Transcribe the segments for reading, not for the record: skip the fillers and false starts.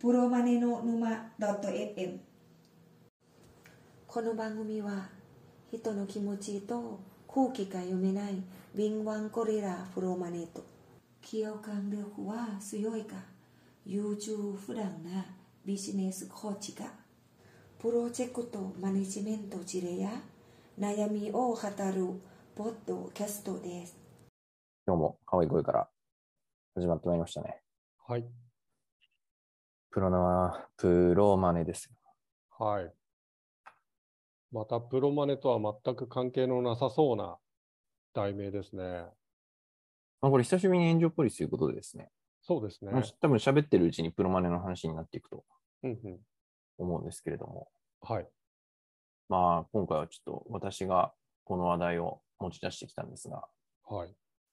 プロマネの沼 .fm。 この番組は人の気持ちと空気が読めない敏腕ゴリラプロマネと共感力は強いか優柔不断なビジネスコーチがプロジェクトマネジメント事例や悩みを語るポッドキャストです。 今日も可愛い声から始まってまいりましたね。 はい。 プロマネですよ。 はい。またプロマネとは全く関係のなさそうな題名ですね。 これ久しぶりに炎上ポリスということでですね。 そうですね。 多分喋ってるうちにプロマネの話になっていくとうん。 思うんですけれども。 はい。 まあ今回はちょっと私がこの話題を持ち出してきたんですが。 はい。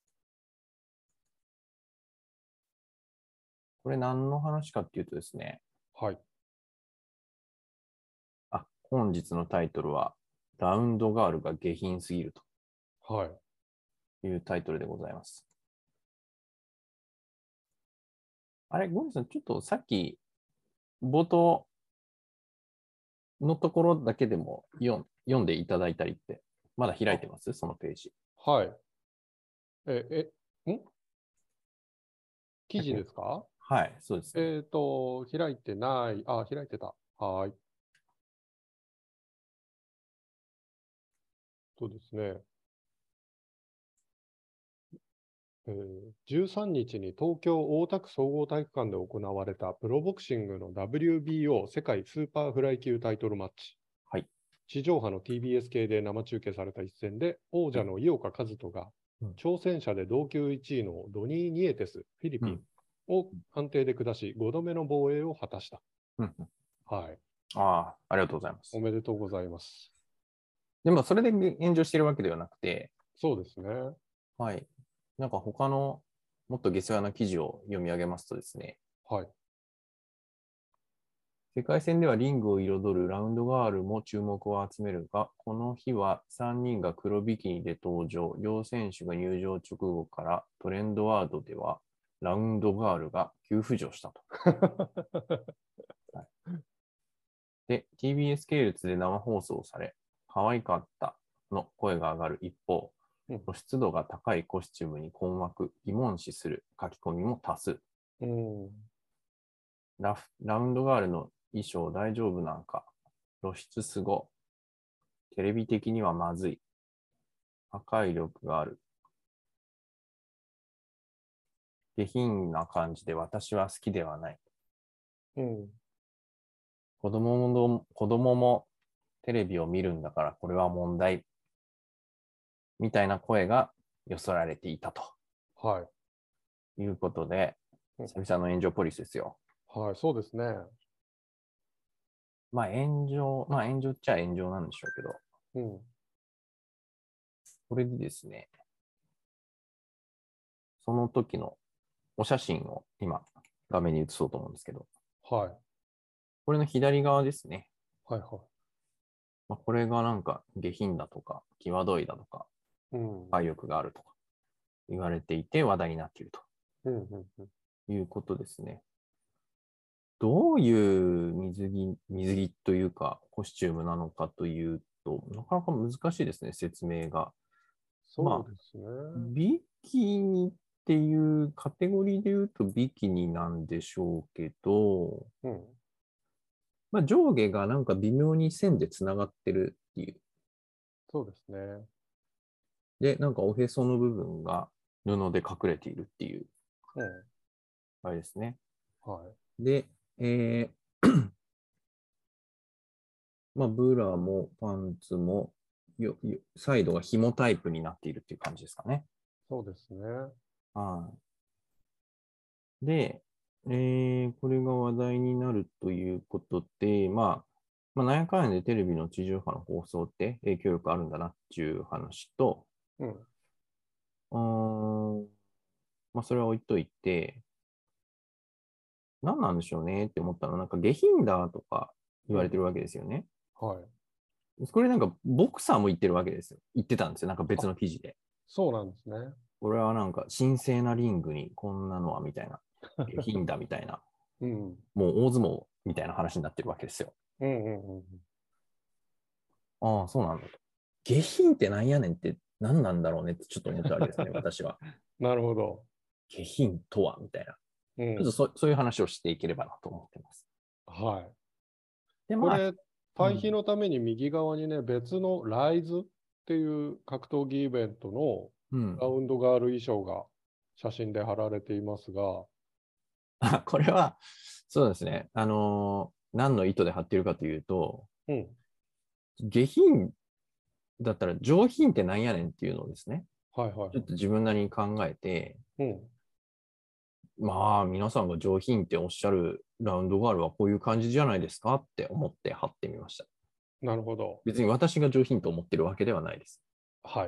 これ何の話かっていうとですね。 はい。 本日のタイトルはラウンドガールが下品すぎるはい。 というタイトルでございます。あれ、ゴンさん、ちょっとさっき冒頭のところだけでも読んでいただいたりって、まだ開いてますそのページ。 はい。記事ですか？ はい、そうです、ね。 開いてない。あ、開いてた。はい。そうですね。13日に東京大田区総合体育館で行われたプロボクシングの WBO 世界スーパーフライ級タイトルマッチ。 はい。 地上波の TBS 系で生中継された一戦で、王者の井岡一翔が、挑戦者で同級1位のドニー・ニエテス、フィリピンを判定で下し、5度目の防衛を果たした。はい。 ありがとうございます。 おめでとうございます。 でも、それで炎上しているわけではなくて、 そうですね。 はい。なんか他のもっと下世話な記事を読み上げますとですね、 はい。 世界戦ではリングを彩るラウンドガールも注目を集めるが、この日は3人が黒ビキニで登場。両選手が入場直後からトレンドワードではラウンドガールが急浮上したと。はい、で、TBS 系列で生放送され、可愛かったの声が上がる一方、露出度が高いコスチュームに困惑、疑問視する書き込みも多数。ラウンドガールの衣装大丈夫なんか、露出すご、テレビ的にはまずい、破壊力がある、下品な感じで私は好きではない。子供もテレビを見るんだからこれは問題。みたいな声が寄せられていたと。 はい。 いうことで、久々の炎上ポリスですよ。 はい、そうですね。 炎上っちゃ炎上なんでしょうけど、これでですね、その時のお写真を今画面に映そうと思うんですけど、 はい。 これの左側ですね。 はいはい。 これがなんか下品だとか、際どいだとか、破壊力があるとか言われていて話題になっているということですね。どういう水着というかコスチュームなのかというと、なかなか難しいですね、説明が。 そうですね。 ビキニっていうカテゴリーで言うとビキニなんでしょうけど、上下がなんか微妙に線でつながってるっていう。 そうですね。 で、なんかおへその部分が布で隠れているっていう。あれですね。 はい。 で、ブラもパンツもサイドが紐タイプになっているっていう感じですかね。 そうですね。 で、これが話題になるということで、なんやかんやでテレビの地上波の放送って影響力あるんだなっていう話と、それは置いといて、何なんでしょうねって思ったのは、なんか下品だとか言われてるわけですよね。 はい。 これなんかボクサーも言ってるわけですよ。言ってたんですよ。なんか別の記事で。 そうなんですね。 これはなんか神聖なリングにこんなのはみたいな。下品だみたいなうん。 もう大相撲みたいな話になってるわけですよ。 うんうんうん。 ああ、そうなんだと。下品ってなんやねんって何なんだろうねってちょっと思ったわけですね、私は。 なるほど。 下品とはみたいな。 うん。 ちょっとそういう話をしていければなと思ってます。 はい。 で、まあ、 これ、対比のために右側にね、別のライズっていう格闘技イベントのうん。 ラウンドガール衣装が写真で貼られていますが、 これは、そうですね。何の意図で貼っているかというと、 うん。 下品だったら上品ってなんやねんっていうのをですね、 はいはいはい。 ちょっと自分なりに考えて、 うん。 まあ、皆さんが上品っておっしゃるラウンドガールはこういう感じじゃないですかって思って貼ってみました。 なるほど。 別に私が上品と思ってるわけではないです。 はい。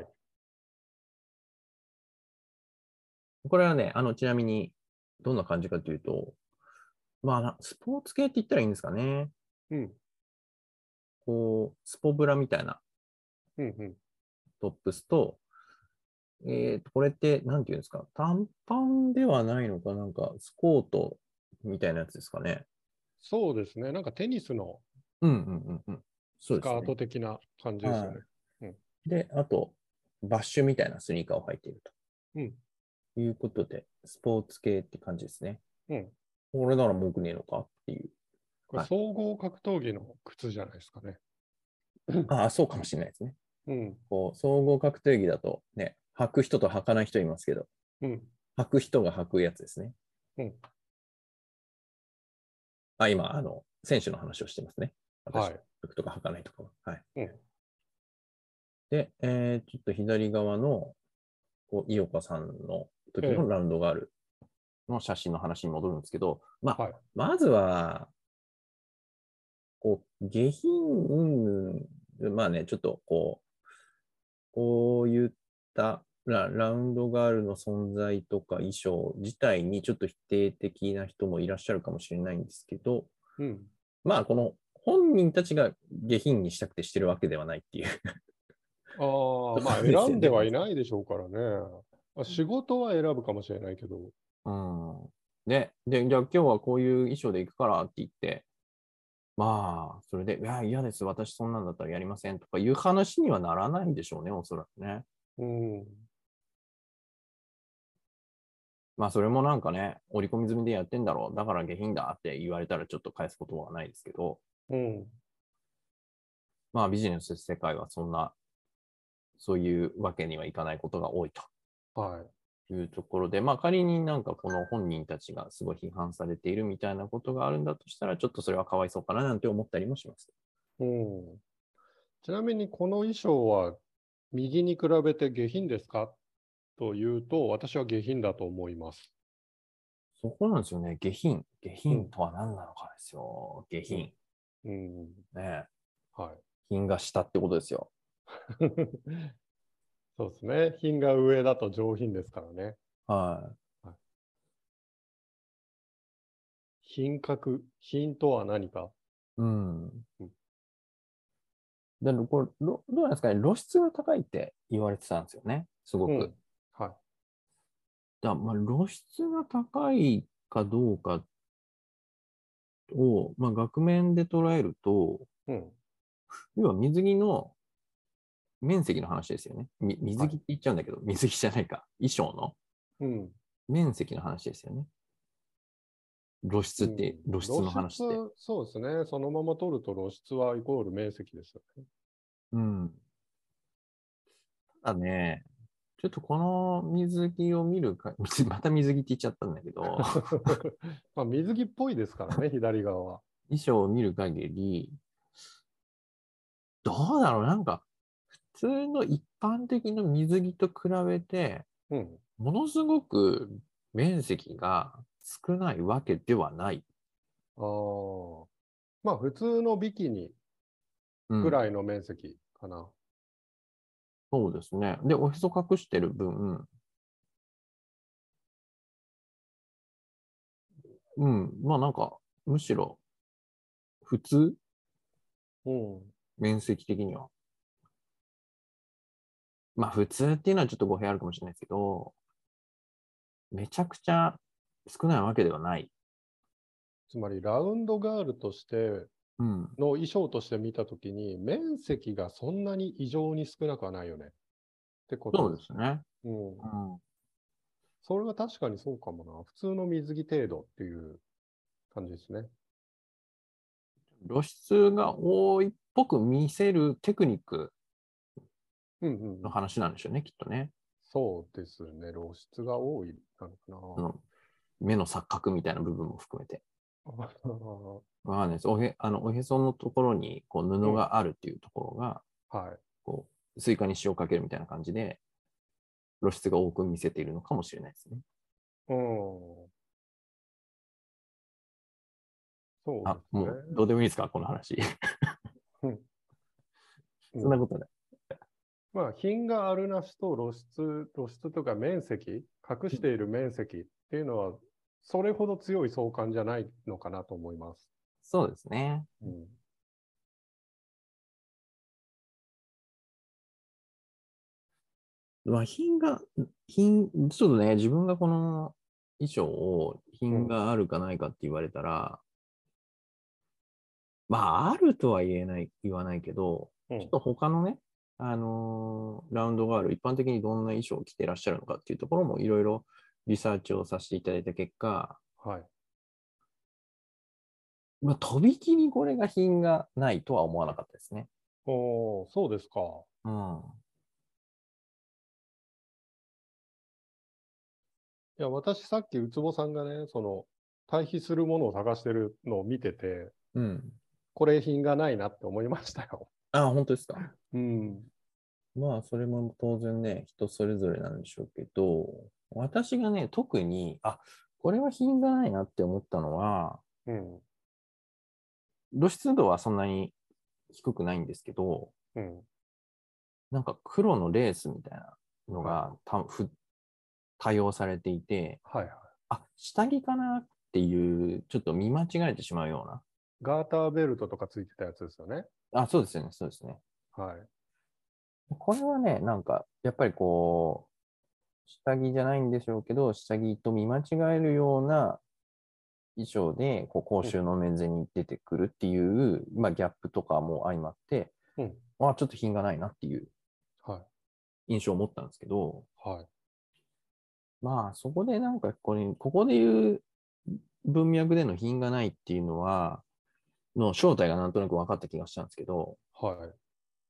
これはね、ちなみに、どんな感じかというと、まあ、スポーツ系って言ったらいいんですかね。 うん。 こう、スポブラみたいなうんうん。 トップスと、これって、なんていうんですか、短パンではないのか、なんか、スコートみたいなやつですかね。 そうですね。なんかテニスのうんうんうんうん。そうスカーですね。 ト的な感じですよはね。うん。 い。で、あと、バッシュみたいなスニーカーを履いているうん。 ということで、スポーツ系って感じですね。 うん。 これなら文句ねえのかっていう。 これはい。 総合格闘技の靴じゃないですかね。 ああ、そうかもしれないですね。 うん。 こう、総合格闘技だとね、履く人と履かない人いますけど、 うん。 履く人が履くやつですね。 うん。 あ、今、選手の話をしてますね。私、 はい。 履くとか履かないとかは。はい。 うん。 で、ちょっと左側の、こう、井岡さんのええ。 時のラウンドガールの写真の話に戻るんですけど、まあ、 はい。 まずは、こう、下品云々、まあね、ちょっとこういったラウンドガールの存在とか衣装自体にちょっと否定的な人もいらっしゃるかもしれないんですけど、 うん。 まあ、この本人たちが下品にしたくてしてるわけではないっていうああ、 とこまあろですよね、 選んではまず。 いないでしょうからね。まあ、仕事は選ぶかもしれないけど。 うん。じゃあ今日はこういう衣装で行くからって言って、まあ、それで、いや、嫌です、私そんなんだったらやりませんとかいう話にはならないんでしょうね、おそらくね。 うん。 まあ、それもなんかね、織り込み済みでやってんだろう。だから下品だって言われたらちょっと返すことはないですけど、 うん。 まあ、ビジネス世界はそういうわけにはいかないことが多いはい。 というところで、まあ、仮になんかこの本人たちがすごい批判されているみたいなことがあるんだとしたら、ちょっとそれはかわいそうかななんて思ったりもします。 うん。ちなみにこの衣装は右に比べて下品ですかというと、私は下品だと思います。 そこなんですよね。下品。下うん。 品とは何なのかですよ。下うん。 品。 うん。 ね。 はい。 品が下ってことですよ。 そうですね。品が上だと上品ですからね。 ははい、品格、品とは何か。 い。うん。 うん。 で、これ、どうなんですかね。露出が高いって言われてたんですよね。すごく。 うん。はまあ、露出が高いかどうかを、まあ、額面で捉えると、 い。うん。 要は水着の面積の話ですよね。水はい。 着って言っちゃうんだけど、水着じゃないか。衣装のうん。 面積の話ですよね。露出うん。 って、露出露の話って。 出、そうですね。そのまま取ると露出はイコール面積ですよね。 うん。ただね、ちょっとこの水着を見るか、また水着って言っちゃったんだけど、 まあ、水着っぽいですからね、左側は。 衣装を見る限り、どうだろう、なんか、普通の一般的な水着と比べて、 うん。 ものすごく面積が少ないわけではない。 ああ。まあ、普通のビキニうん。 くらいの面積かな。 そうですね。で、おへそ隠してる分、うん。まあなんか、むしろ普通、 うん。 面積的には。まあ普通っていうのはちょっと語弊あるかもしれないですけど、めちゃくちゃ少ないわけではない。 つまりラウンドガールとしてうん。 の衣装として見たときに、面積がそんなに異常に少なくはないよね。ってこそうとですね。 うん。 うん。 それは確かにそうかもな。普通の水着程度っていう感じですね。 露出が多いっぽく見せるテクニックのうんうんうん。 話なんでしょうね、きっとね。 そうですね。露出が多いなのその目の錯覚みたいな部分も含めて。 かな。 わかんないです。おへそのところにこう布うん。 があるっていうところが、 はい。 こう、スイカに塩かけるみたいな感じで、露出が多く見せているのかもしれないですね。 うん。そうあ、 ですね。 もうどうでもいいですか、この話。 うんそんなことない。 まあ、品があるなしと露出とか面積、隠している面積っていうのは、それほど強い相関じゃないのかなと思います。 そうですね。 うん。 まあ、ちょっとね、自分がこの衣装を品があるかないかって言われたら、まあ、あるとは言わないけど、 うん。 ちょっと他のね、ラウンドガール、一般的にどんな衣装を着てらっしゃるのかっていうところもいろいろリサーチをさせていただいた結果、 はい。 まあ、とびきりこれが品がないとは思わなかったですね。 おー、そうですか。 うん。 いや、私さっきウツボさんがね、対比するものを探してるのを見てて、 うん。 これ品がないなって思いましたよ。 あ、本当ですか。 うん。 まあ、それも当然ね、人それぞれなんでしょうけど、私がね、特に、これは品がないなって思ったのは、 うん。 露出度はそんなに低くないんですけど、 うん。 なんか黒のレースみたいなのはい。 が多用されていて、 はいはい。 下着かなっていう、ちょっと見間違えてしまうよガーターベルトとかついてたやつですよね。 うな。そうですよね、そうですね。 はい。 これはね、なんか、やっぱりこう、下着じゃないんでしょうけど、下着と見間違えるような衣装で、こう、公うん。 衆の面前に出てくるっていう、まあ、ギャップとかも相まって、 うん。 ちょっと品がないなっていうはい。 印象を持ったんですけど、 はい。 まあ、そこでなんかここで言う文脈での品がないっていうのは、の正体がなんとなく分かった気がしたんですけど、 はい。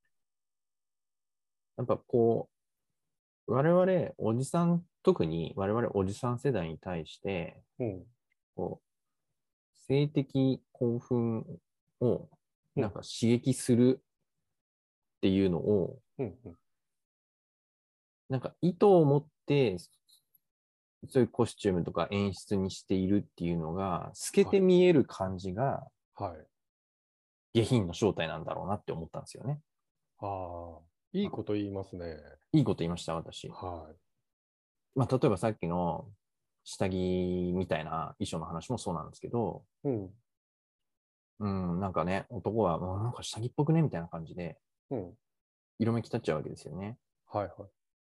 やっぱこう、特に我々おじさん世代に対して、 うん。 こう、性的興奮をうん。 なんか刺激するっていうのを、 うん。うん。 なんか意図を持って、そういうコスチュームとか演出にしているっていうのが、透けはい。 て見える感じがはい。 下品の正体なんだろうなって思ったんですよね。 ああ、いいこと言いますね。 いいこと言いました、私。 はまあ、例えばさっきの下着みたいな衣装の話もそうなんですけど、 い。うん。 うん、なんかね、男はもうなんか下着っぽくねみたいな感じで、 うん。 色めき立っちゃうわけですよね。 はいはい。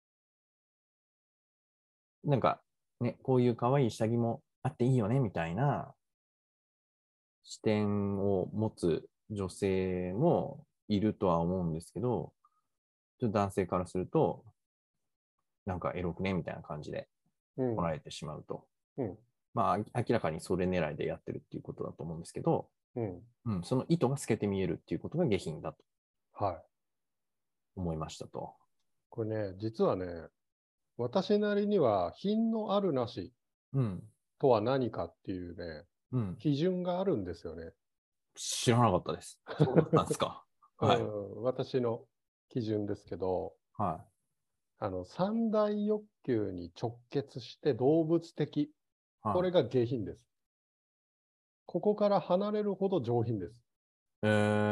なんか、ね、こういう可愛い下着もあっていいよねみたいな視点を持つ女性もいるとは思うんですけど、ちょっと男性からすると、なんかエロくねみたいな感じでうん。 捉えてしまうと。 うん。 まあ、明らかにそれ狙いでやってるっていうことだと思うんですけど、 うん。 うん、その意図が透けて見えるっていうことが下品だとはい。 思いましたと。 これね、実はね、私なりには品のあるなしうん。 とは何かっていうね、 うん。 基準があるんですよね。 知らなかったです。そうだったんですか。 うはい。 ん、私の基準ですけど、 は三大欲求に直結して動物的。 い。はこれが下品です。ここから離れるほど上品です。 い。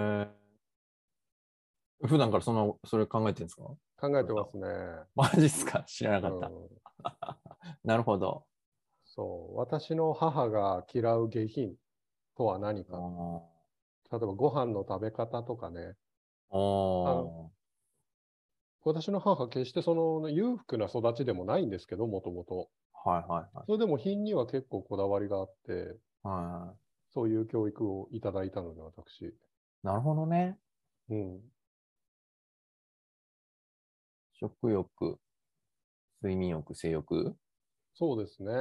普段からそれ考えてるんですか？ 考えてますね。 マジっすか？知らなうかった。 ん、 なるほど。 そう。私の母が嫌う下品とは何か。 お例えばご飯の食べ方とかね。あの、 お私の母は決して裕福な育ちでもないんですけど、もともと。 はいはいはい。 それでも品には結構こだわりがあって、 はそういう教育をいただいたので、私。 なるほどね。 うん。 食欲、睡眠欲、性欲そうですね。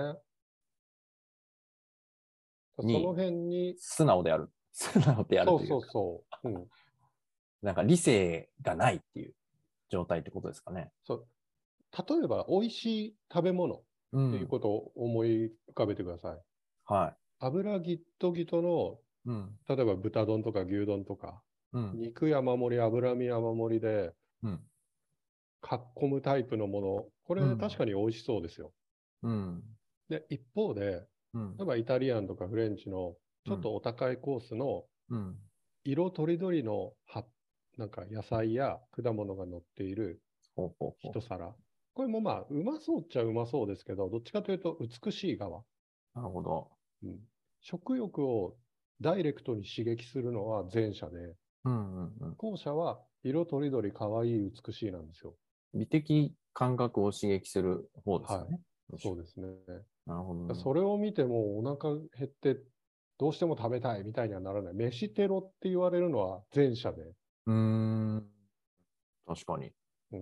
そにの辺に、 素直である。素直であるそうそうというか、 そう。うん。 なんか理性がないっていう状態ってことですかね。 そう。例えば、美味しい食べ物っうん。 ていうことを思い浮かべてください。 は油ギットギトの、 い。うん。 例えば豚丼とか牛丼とか、 うん。 肉山盛り、脂身山盛りで、 うん。 かっこむタイプのもの、これうん。 確かに美味しそうですよ。 うん。 で、一方で、 うん。 例えばイタリアンとかフレンチのちょっとお高いコースのうん。 色とりどりのなんか野菜や果物が乗っているほうほうほ一皿。これもまあ、うまそうっちゃうまそうですけど、どっちかというと美しい側。 う。なるほど。 うん、食欲をダイレクトに刺激するのは前者で、 うんうんうん。 後者は色とりどり可愛い美しいなんですよ。 美的感覚を刺激する方ですよはい。 ね。 そうですね。 なるほどね。 それを見てもお腹減ってどうしても食べたいみたいにはならない。飯テロって言われるのは前者で。 うーん。確かに。 うん、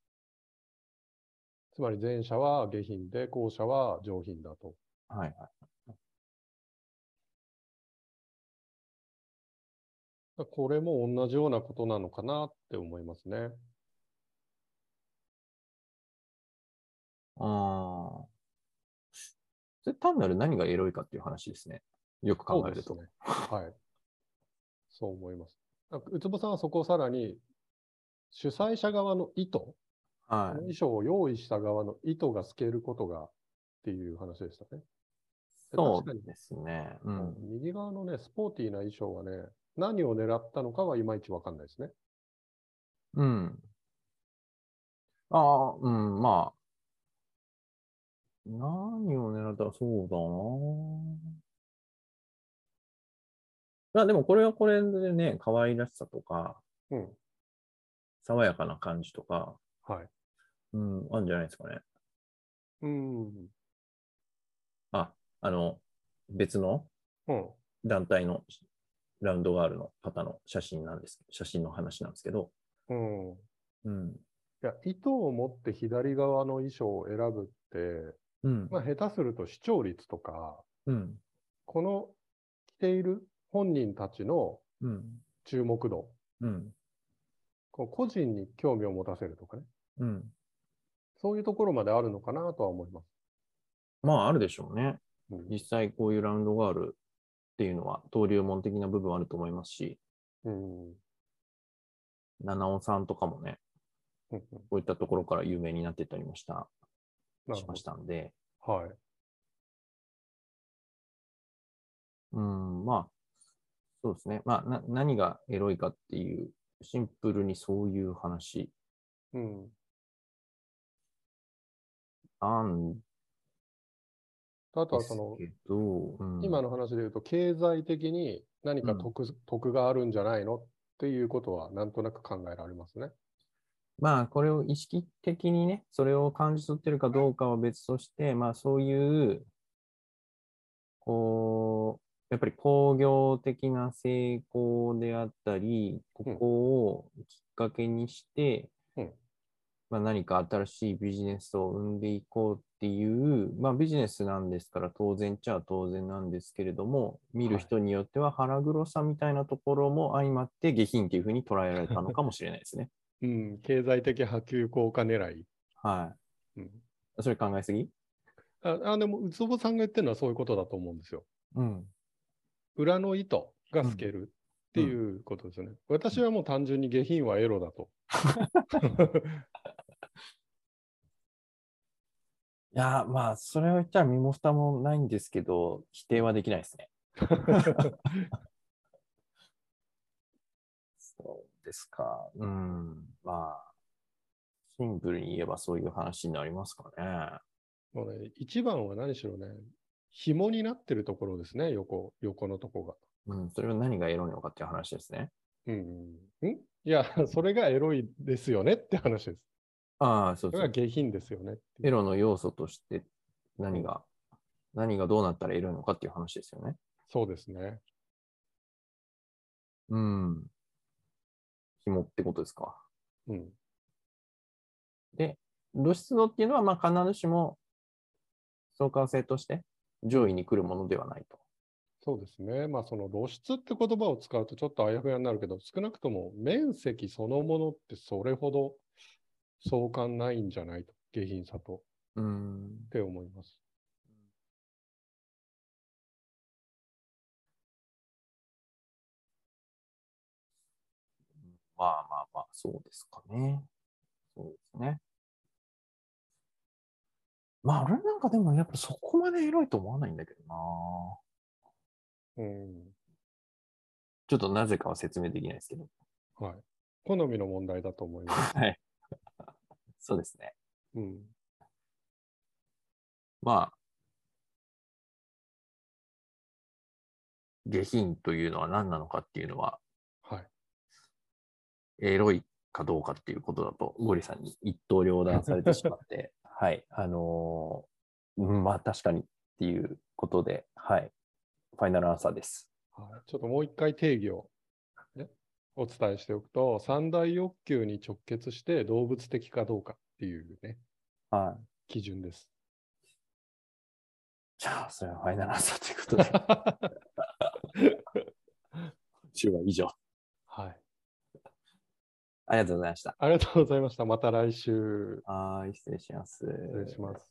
つまり前者は下品で後者は上品だと。 はいはい。 これも同じようなことなのかなって思いますね。 ああ。それ単なる何がエロいかっていう話ですね。よく考えると。 そうですね。はい。そう思います。ウツボさんはそこをさらに主催者側の意図、こはい。 の衣装を用意した側の意図が透けることがっていう話でしたね。で確かに、 そうですね。うん。 右側のね、スポーティーな衣装はね、何を狙ったのかはいまいちわかんないですね。 うん。ああ、うん、まあ、何を狙ったらそうだな。まあでもこれはこれでね、可愛らしさとか、 うん。 爽やかな感じとか、 はい。 うん、あるんじゃないですかね。 うん。 あ、別のうん。 団体のラウンドガールの方の写真なんです。写真の話なんですけど、 うん。 うん、 いや、意図を持って左側の衣装を選ぶって、 うん、 まあ、下手すると視聴率とか、 うん、 この着ている本人たちのうん、 注目度、 うん、 こう個人に興味を持たせるとかね、 うん。 そういうところまであるのかなとは思います。 まあ、あるでしょうね。 うん。 実際こういうラウンドガールっていうのは登竜門的な部分あると思いますし、 うん。 七尾さんとかもね、 うん。 こういったところから有名になってたりもしましなるほたんで、 ど。はい。 うん、まあ、そうですね。まあ、何がエロいかっていう、シンプルにそういう話うん。 なんあとですはけど、うん、 今の話で言うと、経済的に何かうん。 得があるんじゃないのっていうことは、なんとなく考えられますね。 まあ、これを意識的にね、それを感じ取ってるかどうかは別として、まあ、そういう、こやっぱり工業的な成功であったり、こうん。 こをきっかけにして、 うん。 まあ、何か新しいビジネスを生んでいこうっていう、まあ、ビジネスなんですから当然っちゃ当然なんですけれども、見るはい。 人によっては腹黒さみたいなところも相まって下品っていうふうに捉えられたのかもしれないですね。 うん。経済的波及効果狙い。 はうん。 い。それ考えすぎ？ でも、ウツボさんが言ってるのはそういうことだと思うんですよ。 うん。 裏の意図がうん。 透けるってうん。 いうことですよね。私はもう単純に下品はエロだと。 いや、まあ、それを言ったら身も蓋もないんですけど、否定はできないですね。そうですか。うん。まあ、シンプルに言えばそういう話になりますかね。 もうね、一番は何しろね、紐になってるところですね、横のとこが。 うん。それは何がエロいのかっていう話ですね。 うん。いや、それがエロいですよねって話です。 ああ、そうそれそう。 が下品ですよねっていう。 エロの要素としてうん。 何がどうなったらエロいのかっていう話ですよね。 そうですね。 うん。紐ってことですか。 うん。 で、露出度っていうのは、まあ必ずしも相関性として上位に来るものではないと。 そうですね。まあ、その露出って言葉を使うとちょっとあやふやになるけど、少なくとも面積そのものってそれほど相関ないんじゃないと、下品さとって思います。 まあまあまあ、そうですかね。そうですね。まあ、俺なんかでもやっぱそこまでエロいと思わないんだけどな。 うん。 ちょっとなぜかは説明できないですけど。 はい。好みの問題だと思います。 はい。そうですね。 うん。 まあ、下品というのは何なのかっていうのは、 はい。 エロいかどうかっていうことだと、ゴリさんに一刀両断されてしまって、はい。まあ確かにっていうことで、はい。ファイナルアンサーです。 はい、ちょっともう一回定義を、ね、お伝えしておくと、三大欲求に直結して動物的かどうかっていうね、 はい。 基準です。 じゃあ、それはファイナルアンサーということで、今週は以上。 はい。 ありがとうございました。 ありがとうございました。また来週。 はい、失礼します。 失礼します。